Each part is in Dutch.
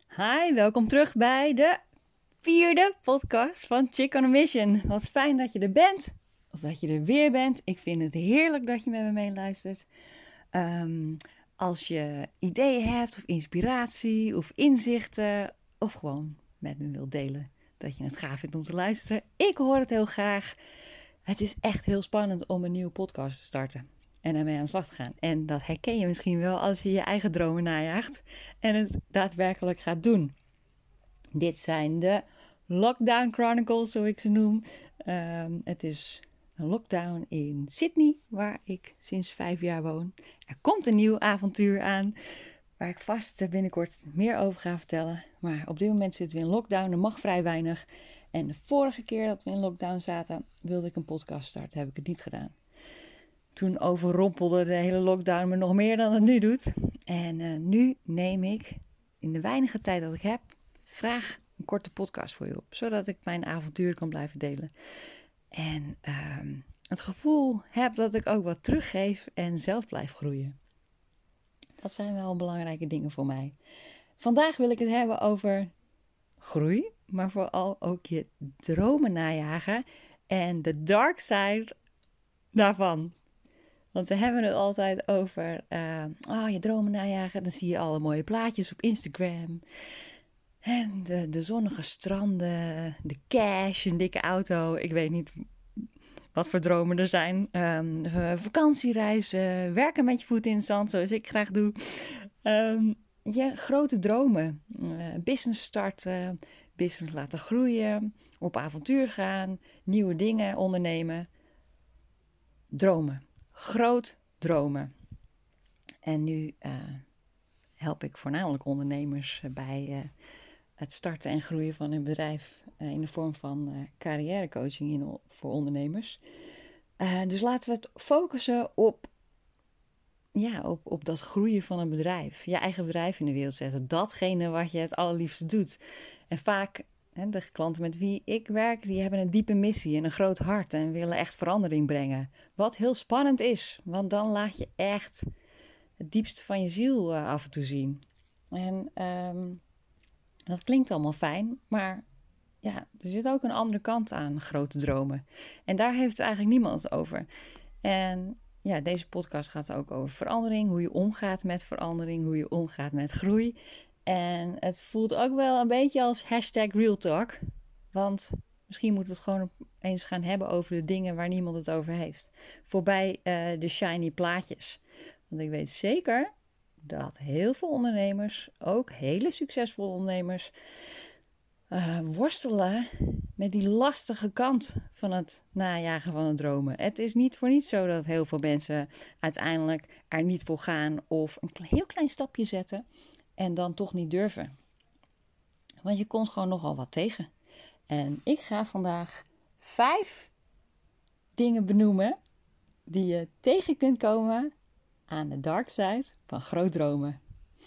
Hi, welkom terug bij de 4e podcast van Chick on a Mission. Wat fijn dat je er bent, of dat je er weer bent. Ik vind het heerlijk dat je met me meeluistert. Als je ideeën hebt, of inspiratie, of inzichten, of gewoon met me wilt delen dat je het gaaf vindt om te luisteren. Ik hoor het heel graag. Het is echt heel spannend om een nieuwe podcast te starten en daarmee aan de slag te gaan. En dat herken je misschien wel als je je eigen dromen najaagt en het daadwerkelijk gaat doen. Dit zijn de Lockdown Chronicles, zoals ik ze noem. Het is een lockdown in Sydney, waar ik sinds 5 jaar woon. Er komt een nieuw avontuur aan, waar ik vast binnenkort meer over ga vertellen. Maar op dit moment zitten we in lockdown, er mag vrij weinig. En de vorige keer dat we in lockdown zaten, wilde ik een podcast starten, heb ik het niet gedaan. Toen overrompelde de hele lockdown me nog meer dan het nu doet. En nu neem ik, in de weinige tijd dat ik heb, graag een korte podcast voor je op. Zodat ik mijn avontuur kan blijven delen. En het gevoel heb dat ik ook wat teruggeef en zelf blijf groeien. Dat zijn wel belangrijke dingen voor mij. Vandaag wil ik het hebben over groei, maar vooral ook je dromen najagen en de dark side daarvan. Want we hebben het altijd over je dromen najagen. Dan zie je alle mooie plaatjes op Instagram. En de zonnige stranden, de cash, een dikke auto. Ik weet niet wat voor dromen er zijn. Vakantiereizen, werken met je voet in het zand, zoals ik graag doe. Grote dromen. Business starten, business laten groeien, op avontuur gaan, nieuwe dingen ondernemen. Dromen. Groot dromen. En nu help ik voornamelijk ondernemers bij het starten en groeien van hun bedrijf in de vorm van carrièrecoaching voor ondernemers. Dus laten we het focussen op dat groeien van een bedrijf. Je eigen bedrijf in de wereld zetten. Datgene wat je het allerliefste doet. En vaak, de klanten met wie ik werk, die hebben een diepe missie en een groot hart en willen echt verandering brengen. Wat heel spannend is, want dan laat je echt het diepste van je ziel af en toe zien. En dat klinkt allemaal fijn, maar ja, er zit ook een andere kant aan grote dromen. En daar heeft eigenlijk niemand het over. En ja, deze podcast gaat ook over verandering, hoe je omgaat met verandering, hoe je omgaat met groei. En het voelt ook wel een beetje als #RealTalk. Want misschien moet het gewoon eens gaan hebben over de dingen waar niemand het over heeft. Voorbij de shiny plaatjes. Want ik weet zeker dat heel veel ondernemers, ook hele succesvolle ondernemers, worstelen met die lastige kant van het najagen van het dromen. Het is niet voor niets zo dat heel veel mensen uiteindelijk er niet voor gaan of een heel klein stapje zetten en dan toch niet durven. Want je komt gewoon nogal wat tegen. En ik ga vandaag 5 dingen benoemen die je tegen kunt komen aan de dark side van groot dromen.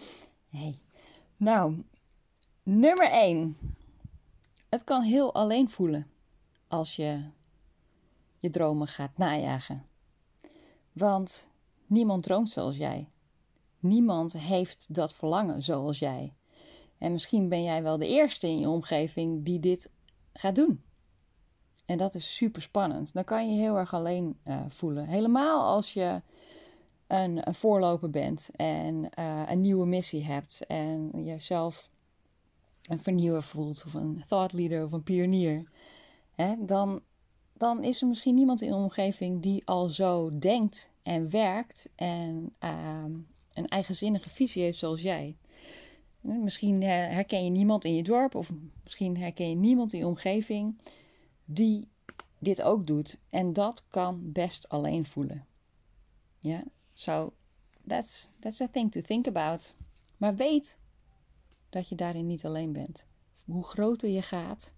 Nou, nummer 1. Het kan heel alleen voelen als je je dromen gaat najagen. Want niemand droomt zoals jij. Niemand heeft dat verlangen zoals jij. En misschien ben jij wel de eerste in je omgeving die dit gaat doen. En dat is super spannend. Dan kan je heel erg alleen voelen. Helemaal als je een voorloper bent en een nieuwe missie hebt en jezelf een vernieuwer voelt of een thought leader of een pionier. Dan is er misschien niemand in de omgeving die al zo denkt en werkt en een eigenzinnige visie heeft zoals jij. Misschien herken je niemand in je dorp of misschien herken je niemand in je omgeving die dit ook doet. En dat kan best alleen voelen. Ja, so that's a thing to think about. Maar weet dat je daarin niet alleen bent. Hoe groter je gaat,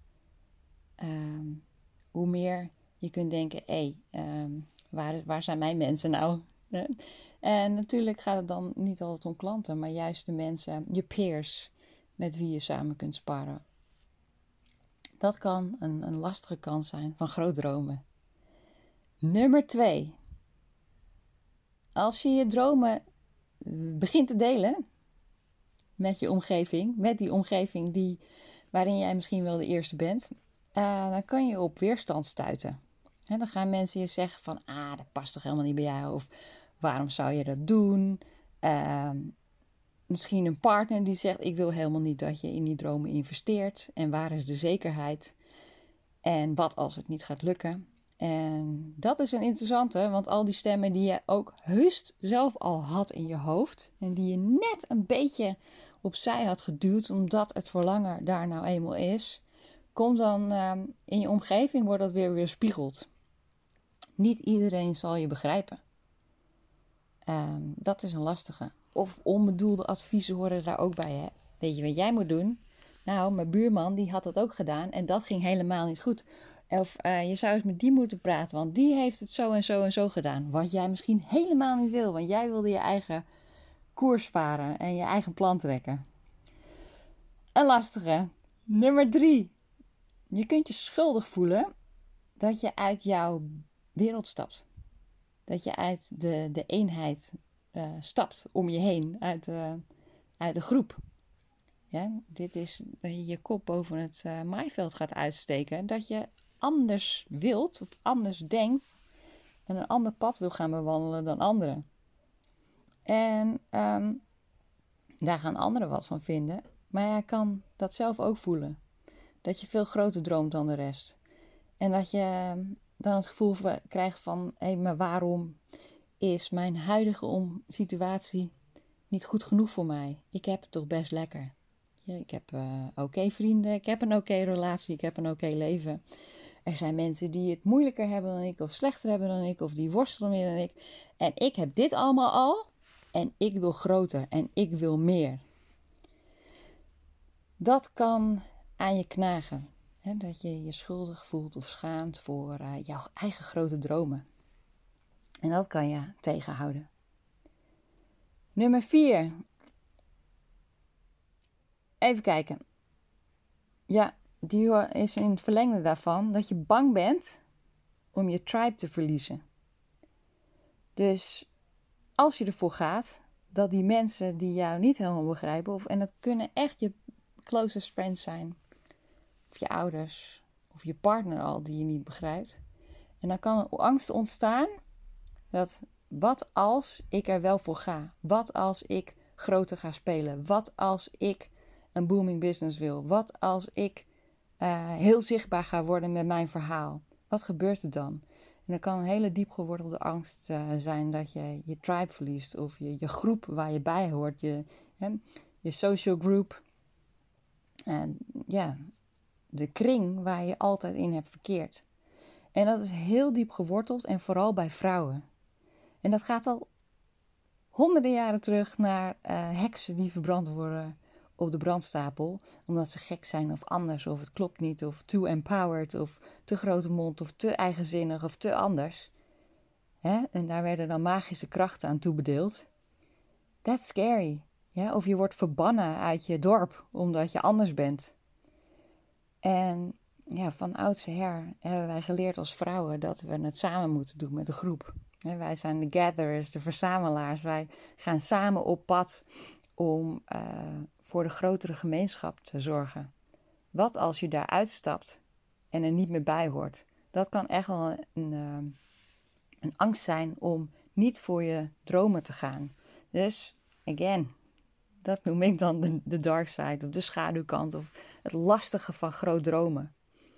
hoe meer je kunt denken, waar zijn mijn mensen nou? En natuurlijk gaat het dan niet altijd om klanten, maar juist de mensen, je peers, met wie je samen kunt sparren. Dat kan een lastige kant zijn van groot dromen. Nummer 2. Als je je dromen begint te delen, met je omgeving, met die omgeving waarin jij misschien wel de eerste bent, dan kan je op weerstand stuiten. En dan gaan mensen je zeggen van, dat past toch helemaal niet bij jou, of waarom zou je dat doen? Misschien een partner die zegt, ik wil helemaal niet dat je in die dromen investeert. En waar is de zekerheid? En wat als het niet gaat lukken? En dat is een interessante, want al die stemmen die je ook heus zelf al had in je hoofd en die je net een beetje opzij had geduwd, omdat het verlangen daar nou eenmaal is, komt dan in je omgeving, wordt dat weer weerspiegeld. Niet iedereen zal je begrijpen. Dat is een lastige. Of onbedoelde adviezen horen daar ook bij. Hè? Weet je wat jij moet doen? Nou, mijn buurman die had dat ook gedaan en dat ging helemaal niet goed. Of je zou eens met die moeten praten, want die heeft het zo en zo en zo gedaan. Wat jij misschien helemaal niet wil, want jij wilde je eigen koers varen en je eigen plan trekken. Een lastige. Nummer 3. Je kunt je schuldig voelen dat je uit jouw wereld stapt. Dat je uit de eenheid stapt om je heen, uit de groep. Ja, dit is dat je je kop boven het maaiveld gaat uitsteken. Dat je anders wilt of anders denkt en een ander pad wil gaan bewandelen dan anderen. En daar gaan anderen wat van vinden. Maar jij kan dat zelf ook voelen. Dat je veel groter droomt dan de rest. En dat je dan het gevoel krijgt van, maar waarom is mijn huidige situatie niet goed genoeg voor mij? Ik heb het toch best lekker. Ja, ik heb oké vrienden, ik heb een oké relatie, ik heb een oké leven. Er zijn mensen die het moeilijker hebben dan ik, of slechter hebben dan ik, of die worstelen meer dan ik. En ik heb dit allemaal al en ik wil groter en ik wil meer. Dat kan aan je knagen. Hè? Dat je je schuldig voelt of schaamt voor jouw eigen grote dromen. En dat kan je tegenhouden. Nummer 4. Even kijken. Ja, die is in het verlengde daarvan dat je bang bent om je tribe te verliezen. Dus als je ervoor gaat, dat die mensen die jou niet helemaal begrijpen, en dat kunnen echt je closest friends zijn, of je ouders, of je partner al die je niet begrijpt. En dan kan er angst ontstaan dat wat als ik er wel voor ga? Wat als ik groter ga spelen? Wat als ik een booming business wil? Wat als ik heel zichtbaar ga worden met mijn verhaal? Wat gebeurt er dan? En dan kan een hele diep gewortelde angst zijn dat je je tribe verliest. Of je groep waar je bij hoort. Je social group. De kring waar je altijd in hebt verkeerd. En dat is heel diep geworteld en vooral bij vrouwen. En dat gaat al honderden jaren terug naar heksen die verbrand worden op de brandstapel. Omdat ze gek zijn of anders, of het klopt niet, of too empowered, of te grote mond, of te eigenzinnig, of te anders. En daar werden dan magische krachten aan toebedeeld. That's scary. Ja? Of je wordt verbannen uit je dorp, omdat je anders bent. En van oudsher hebben wij geleerd als vrouwen dat we het samen moeten doen met de groep. Wij zijn de gatherers, de verzamelaars. Wij gaan samen op pad om voor de grotere gemeenschap te zorgen. Wat als je daar uitstapt en er niet meer bij hoort? Dat kan echt wel een angst zijn om niet voor je dromen te gaan. Dus, again, dat noem ik dan de dark side of de schaduwkant of het lastige van groot dromen.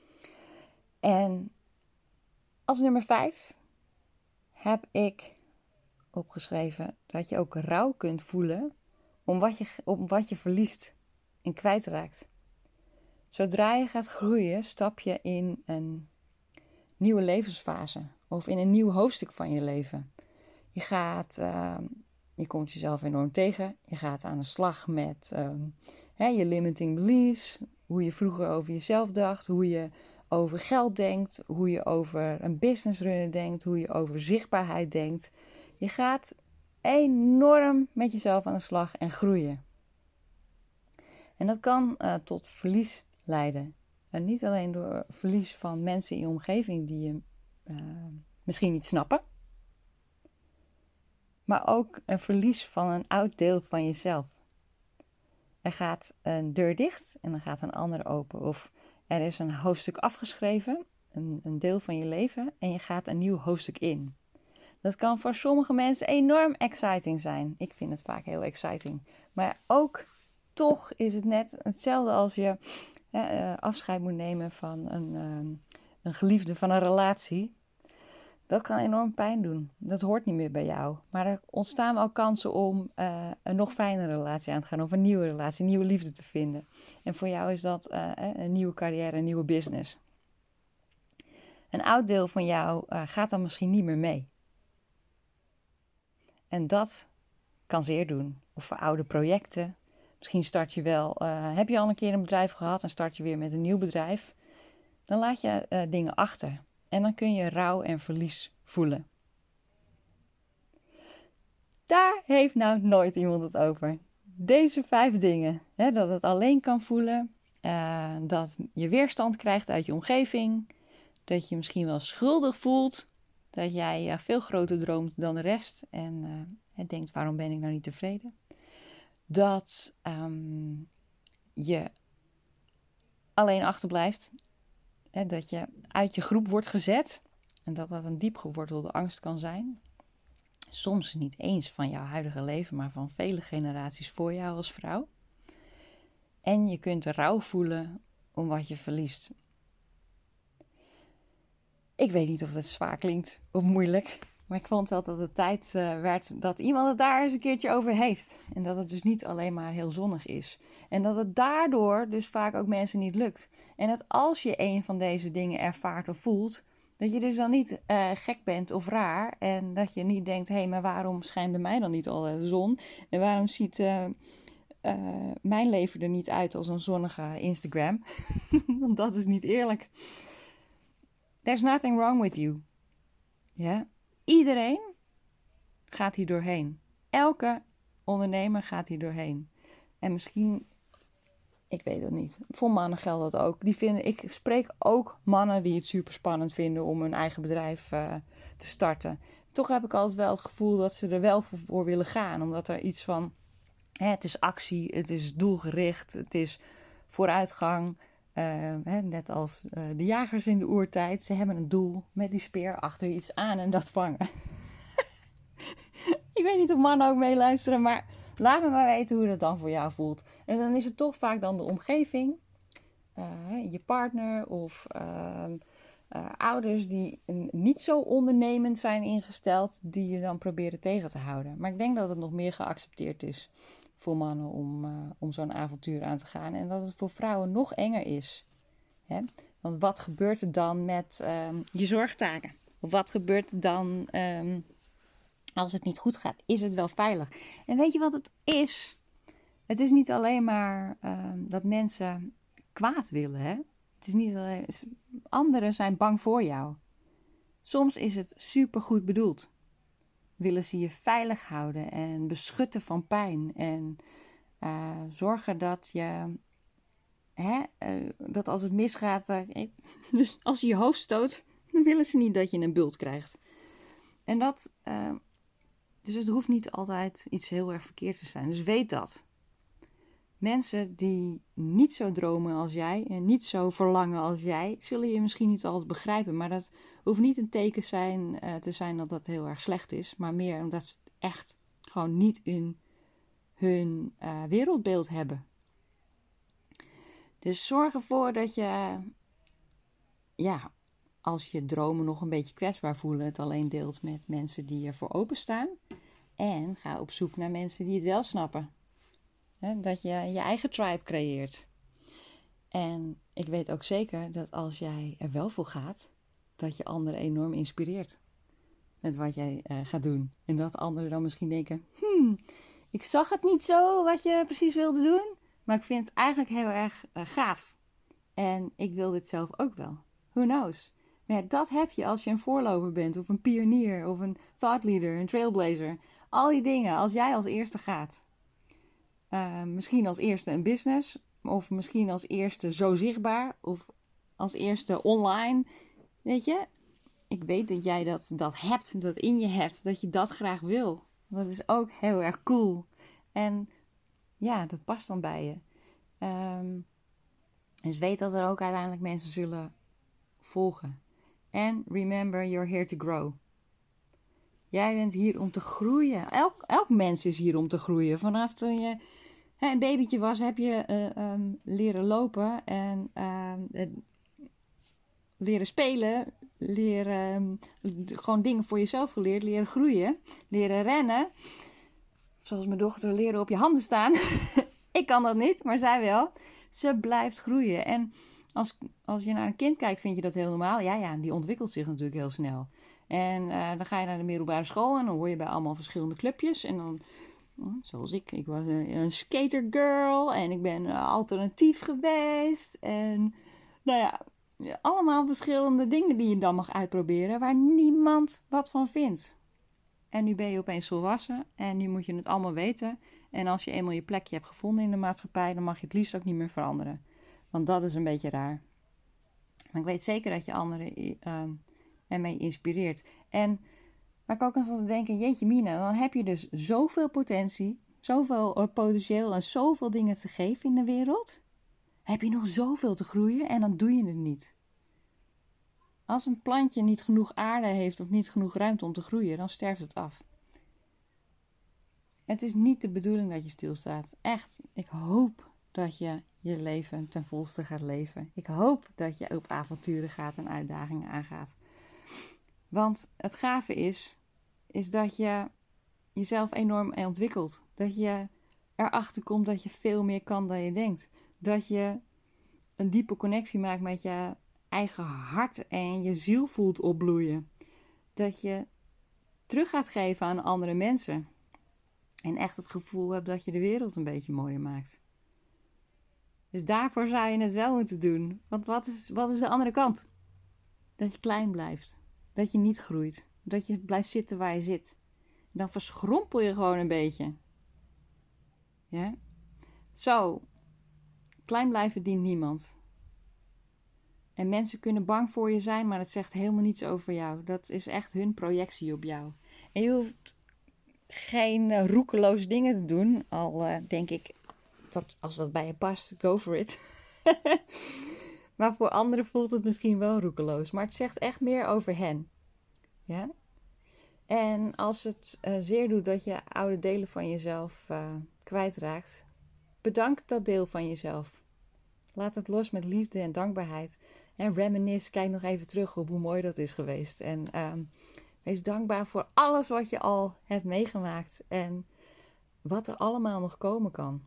En als nummer 5 heb ik opgeschreven dat je ook rouw kunt voelen om wat je verliest en kwijtraakt. Zodra je gaat groeien, stap je in een nieuwe levensfase of in een nieuw hoofdstuk van je leven. Je komt jezelf enorm tegen. Je gaat aan de slag met je limiting beliefs. Hoe je vroeger over jezelf dacht. Hoe je over geld denkt. Hoe je over een business runnen denkt. Hoe je over zichtbaarheid denkt. Je gaat enorm met jezelf aan de slag en groeien. En dat kan tot verlies leiden. En niet alleen door verlies van mensen in je omgeving die je misschien niet snappen. Maar ook een verlies van een oud deel van jezelf. Er gaat een deur dicht en dan gaat een andere open. Of er is een hoofdstuk afgeschreven, een deel van je leven, en je gaat een nieuw hoofdstuk in. Dat kan voor sommige mensen enorm exciting zijn. Ik vind het vaak heel exciting. Maar ook toch is het net hetzelfde als je afscheid moet nemen van een geliefde, van een relatie. Dat kan enorm pijn doen. Dat hoort niet meer bij jou. Maar er ontstaan ook kansen om een nog fijnere relatie aan te gaan. Of een nieuwe relatie, een nieuwe liefde te vinden. En voor jou is dat een nieuwe carrière, een nieuwe business. Een oud deel van jou gaat dan misschien niet meer mee. En dat kan zeer doen. Of voor oude projecten. Misschien start je wel, heb je al een keer een bedrijf gehad en start je weer met een nieuw bedrijf. Dan laat je dingen achter. En dan kun je rouw en verlies voelen. Daar heeft nou nooit iemand het over. Deze 5 dingen. Hè, dat het alleen kan voelen. Dat je weerstand krijgt uit je omgeving. Dat je misschien wel schuldig voelt. Dat jij veel groter droomt dan de rest. En denkt, waarom ben ik nou niet tevreden? Dat je alleen achterblijft. Dat je uit je groep wordt gezet. En dat dat een diep gewortelde angst kan zijn. Soms niet eens van jouw huidige leven, maar van vele generaties voor jou als vrouw. En je kunt rouw voelen om wat je verliest. Ik weet niet of dat zwaar klinkt of moeilijk. Maar ik vond wel dat het tijd werd dat iemand het daar eens een keertje over heeft. En dat het dus niet alleen maar heel zonnig is. En dat het daardoor dus vaak ook mensen niet lukt. En dat als je een van deze dingen ervaart of voelt, dat je dus dan niet gek bent of raar. En dat je niet denkt, hé, maar waarom schijnt bij mij dan niet al de zon? En waarom ziet mijn leven er niet uit als een zonnige Instagram? Want dat is niet eerlijk. There's nothing wrong with you. Ja? Iedereen gaat hier doorheen. Elke ondernemer gaat hier doorheen. En misschien, ik weet het niet. Voor mannen geldt dat ook. Ik spreek ook mannen die het super spannend vinden om hun eigen bedrijf te starten. Toch heb ik altijd wel het gevoel dat ze er wel voor willen gaan. Omdat er iets van, het is actie, het is doelgericht, het is vooruitgang. Net als de jagers in de oertijd. Ze hebben een doel met die speer achter iets aan en dat vangen. Ik weet niet of mannen ook meeluisteren, maar laat me maar weten hoe dat dan voor jou voelt. En dan is het toch vaak dan de omgeving, je partner of ouders die niet zo ondernemend zijn ingesteld, die je dan proberen tegen te houden. Maar ik denk dat het nog meer geaccepteerd is voor mannen om zo'n avontuur aan te gaan. En dat het voor vrouwen nog enger is. Hè? Want wat gebeurt er dan met je zorgtaken? Of wat gebeurt er dan als het niet goed gaat? Is het wel veilig? En weet je wat het is? Het is niet alleen maar dat mensen kwaad willen. Hè? Het is niet alleen, anderen zijn bang voor jou. Soms is het supergoed bedoeld. Willen ze je veilig houden en beschutten van pijn. En zorgen dat je, dat als het misgaat, dus als je je hoofd stoot, dan willen ze niet dat je een bult krijgt. En dat, dus het hoeft niet altijd iets heel erg verkeerd te zijn. Dus weet dat. Mensen die niet zo dromen als jij en niet zo verlangen als jij, zullen je misschien niet altijd begrijpen. Maar dat hoeft niet een teken te zijn dat dat heel erg slecht is. Maar meer omdat ze het echt gewoon niet in hun wereldbeeld hebben. Dus zorg ervoor dat je, als je dromen nog een beetje kwetsbaar voelen, het alleen deelt met mensen die ervoor openstaan. En ga op zoek naar mensen die het wel snappen. Dat je je eigen tribe creëert. En ik weet ook zeker dat als jij er wel voor gaat, dat je anderen enorm inspireert met wat jij gaat doen. En dat anderen dan misschien denken, ik zag het niet zo wat je precies wilde doen, maar ik vind het eigenlijk heel erg gaaf. En ik wil dit zelf ook wel. Who knows? Maar ja, dat heb je als je een voorloper bent, of een pionier, of een thought leader, een trailblazer. Al die dingen, als jij als eerste gaat. Misschien als eerste een business, of misschien als eerste zo zichtbaar, of als eerste online. Weet je, ik weet dat jij dat hebt, dat in je hebt, dat je dat graag wil. Dat is ook heel erg cool. En ja, dat past dan bij je. Dus weet dat er ook uiteindelijk mensen zullen volgen. En remember, you're here to grow. Jij bent hier om te groeien. Elk mens is hier om te groeien. Vanaf toen je een babytje was, heb je leren lopen en leren spelen, leren gewoon dingen voor jezelf geleerd, leren groeien, leren rennen. Zoals mijn dochter, leren op je handen staan. Ik kan dat niet, maar zij wel. Ze blijft groeien. En als je naar een kind kijkt, vind je dat heel normaal. Ja, die ontwikkelt zich natuurlijk heel snel. En dan ga je naar de middelbare school en dan hoor je bij allemaal verschillende clubjes. En dan, zoals ik was een skatergirl en ik ben alternatief geweest. En nou ja, allemaal verschillende dingen die je dan mag uitproberen waar niemand wat van vindt. En nu ben je opeens volwassen en nu moet je het allemaal weten. En als je eenmaal je plekje hebt gevonden in de maatschappij, dan mag je het liefst ook niet meer veranderen. Want dat is een beetje raar. Maar ik weet zeker dat je anderen ermee inspireert. En waar ik ook aan zat te denken, jeetje mina, dan heb je dus zoveel potentie, zoveel potentieel en zoveel dingen te geven in de wereld. Heb je nog zoveel te groeien en dan doe je het niet. Als een plantje niet genoeg aarde heeft of niet genoeg ruimte om te groeien, dan sterft het af. Het is niet de bedoeling dat je stilstaat. Echt, ik hoop dat je je leven ten volste gaat leven. Ik hoop dat je op avonturen gaat en uitdagingen aangaat. Want het gave is dat je jezelf enorm ontwikkelt. Dat je erachter komt dat je veel meer kan dan je denkt. Dat je een diepe connectie maakt met je eigen hart en je ziel voelt opbloeien. Dat je terug gaat geven aan andere mensen. En echt het gevoel hebt dat je de wereld een beetje mooier maakt. Dus daarvoor zou je het wel moeten doen. Want wat is de andere kant? Dat je klein blijft. Dat je niet groeit. Dat je blijft zitten waar je zit. Dan verschrompel je gewoon een beetje. Ja? Zo. Klein blijven dient niemand. En mensen kunnen bang voor je zijn, maar dat zegt helemaal niets over jou. Dat is echt hun projectie op jou. En je hoeft geen roekeloze dingen te doen. Al denk ik dat als dat bij je past, go for it. Maar voor anderen voelt het misschien wel roekeloos. Maar het zegt echt meer over hen. Ja? En als het zeer doet dat je oude delen van jezelf kwijtraakt, bedank dat deel van jezelf. Laat het los met liefde en dankbaarheid. En reminisce, kijk nog even terug op hoe mooi dat is geweest. En wees dankbaar voor alles wat je al hebt meegemaakt. En wat er allemaal nog komen kan.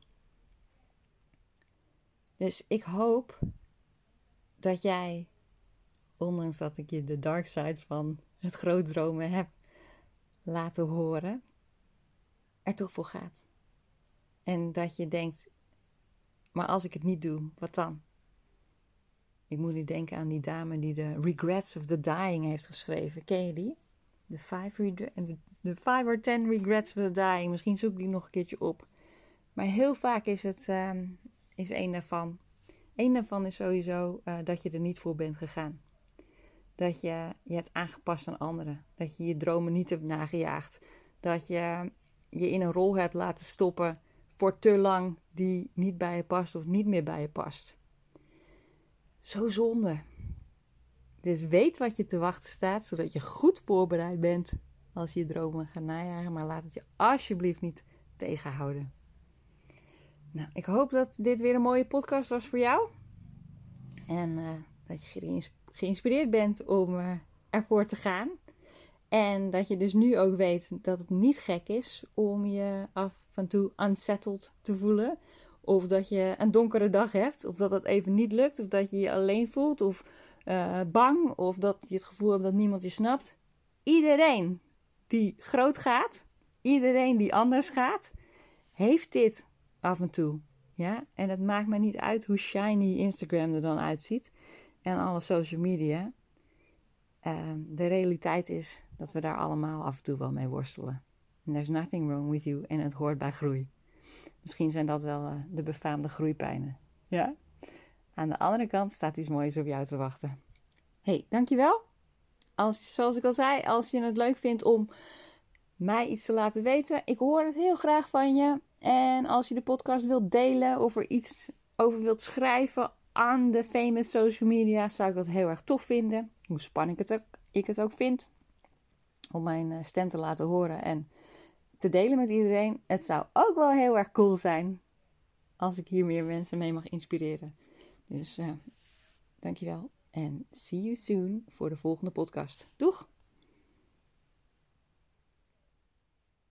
Dus ik hoop dat jij, ondanks dat ik je de dark side van het grootdromen heb laten horen, er toch voor gaat. En dat je denkt, maar als ik het niet doe, wat dan? Ik moet nu denken aan die dame die de Regrets of the Dying heeft geschreven. Ken je die? De 5 or 10 Regrets of the Dying. Misschien zoek ik die nog een keertje op. Maar heel vaak is het is één daarvan. Eén daarvan is sowieso dat je er niet voor bent gegaan. Dat je hebt aangepast aan anderen. Dat je je dromen niet hebt nagejaagd. Dat je je in een rol hebt laten stoppen voor te lang die niet bij je past of niet meer bij je past. Zo zonde. Dus weet wat je te wachten staat, zodat je goed voorbereid bent als je je dromen gaat najagen. Maar laat het je alsjeblieft niet tegenhouden. Nou, ik hoop dat dit weer een mooie podcast was voor jou. En dat je geïnspireerd bent om ervoor te gaan. En dat je dus nu ook weet dat het niet gek is om je af en toe unsettled te voelen. Of dat je een donkere dag hebt. Of dat het even niet lukt. Of dat je je alleen voelt. Of bang. Of dat je het gevoel hebt dat niemand je snapt. Iedereen die groot gaat. Iedereen die anders gaat. Heeft dit af en toe. Ja? En het maakt me niet uit hoe shiny Instagram er dan uitziet. En alle social media. De realiteit is dat we daar allemaal af en toe wel mee worstelen. And there's nothing wrong with you. En het hoort bij groei. Misschien zijn dat wel de befaamde groeipijnen. Ja? Aan de andere kant staat iets moois op jou te wachten. Hey, dankjewel. Zoals ik al zei, als je het leuk vindt om mij iets te laten weten. Ik hoor het heel graag van je. En als je de podcast wilt delen of er iets over wilt schrijven aan de famous social media, zou ik dat heel erg tof vinden. Hoe spannend ik het ook vind om mijn stem te laten horen en te delen met iedereen. Het zou ook wel heel erg cool zijn als ik hier meer mensen mee mag inspireren. Dus dankjewel en see you soon voor de volgende podcast. Doeg!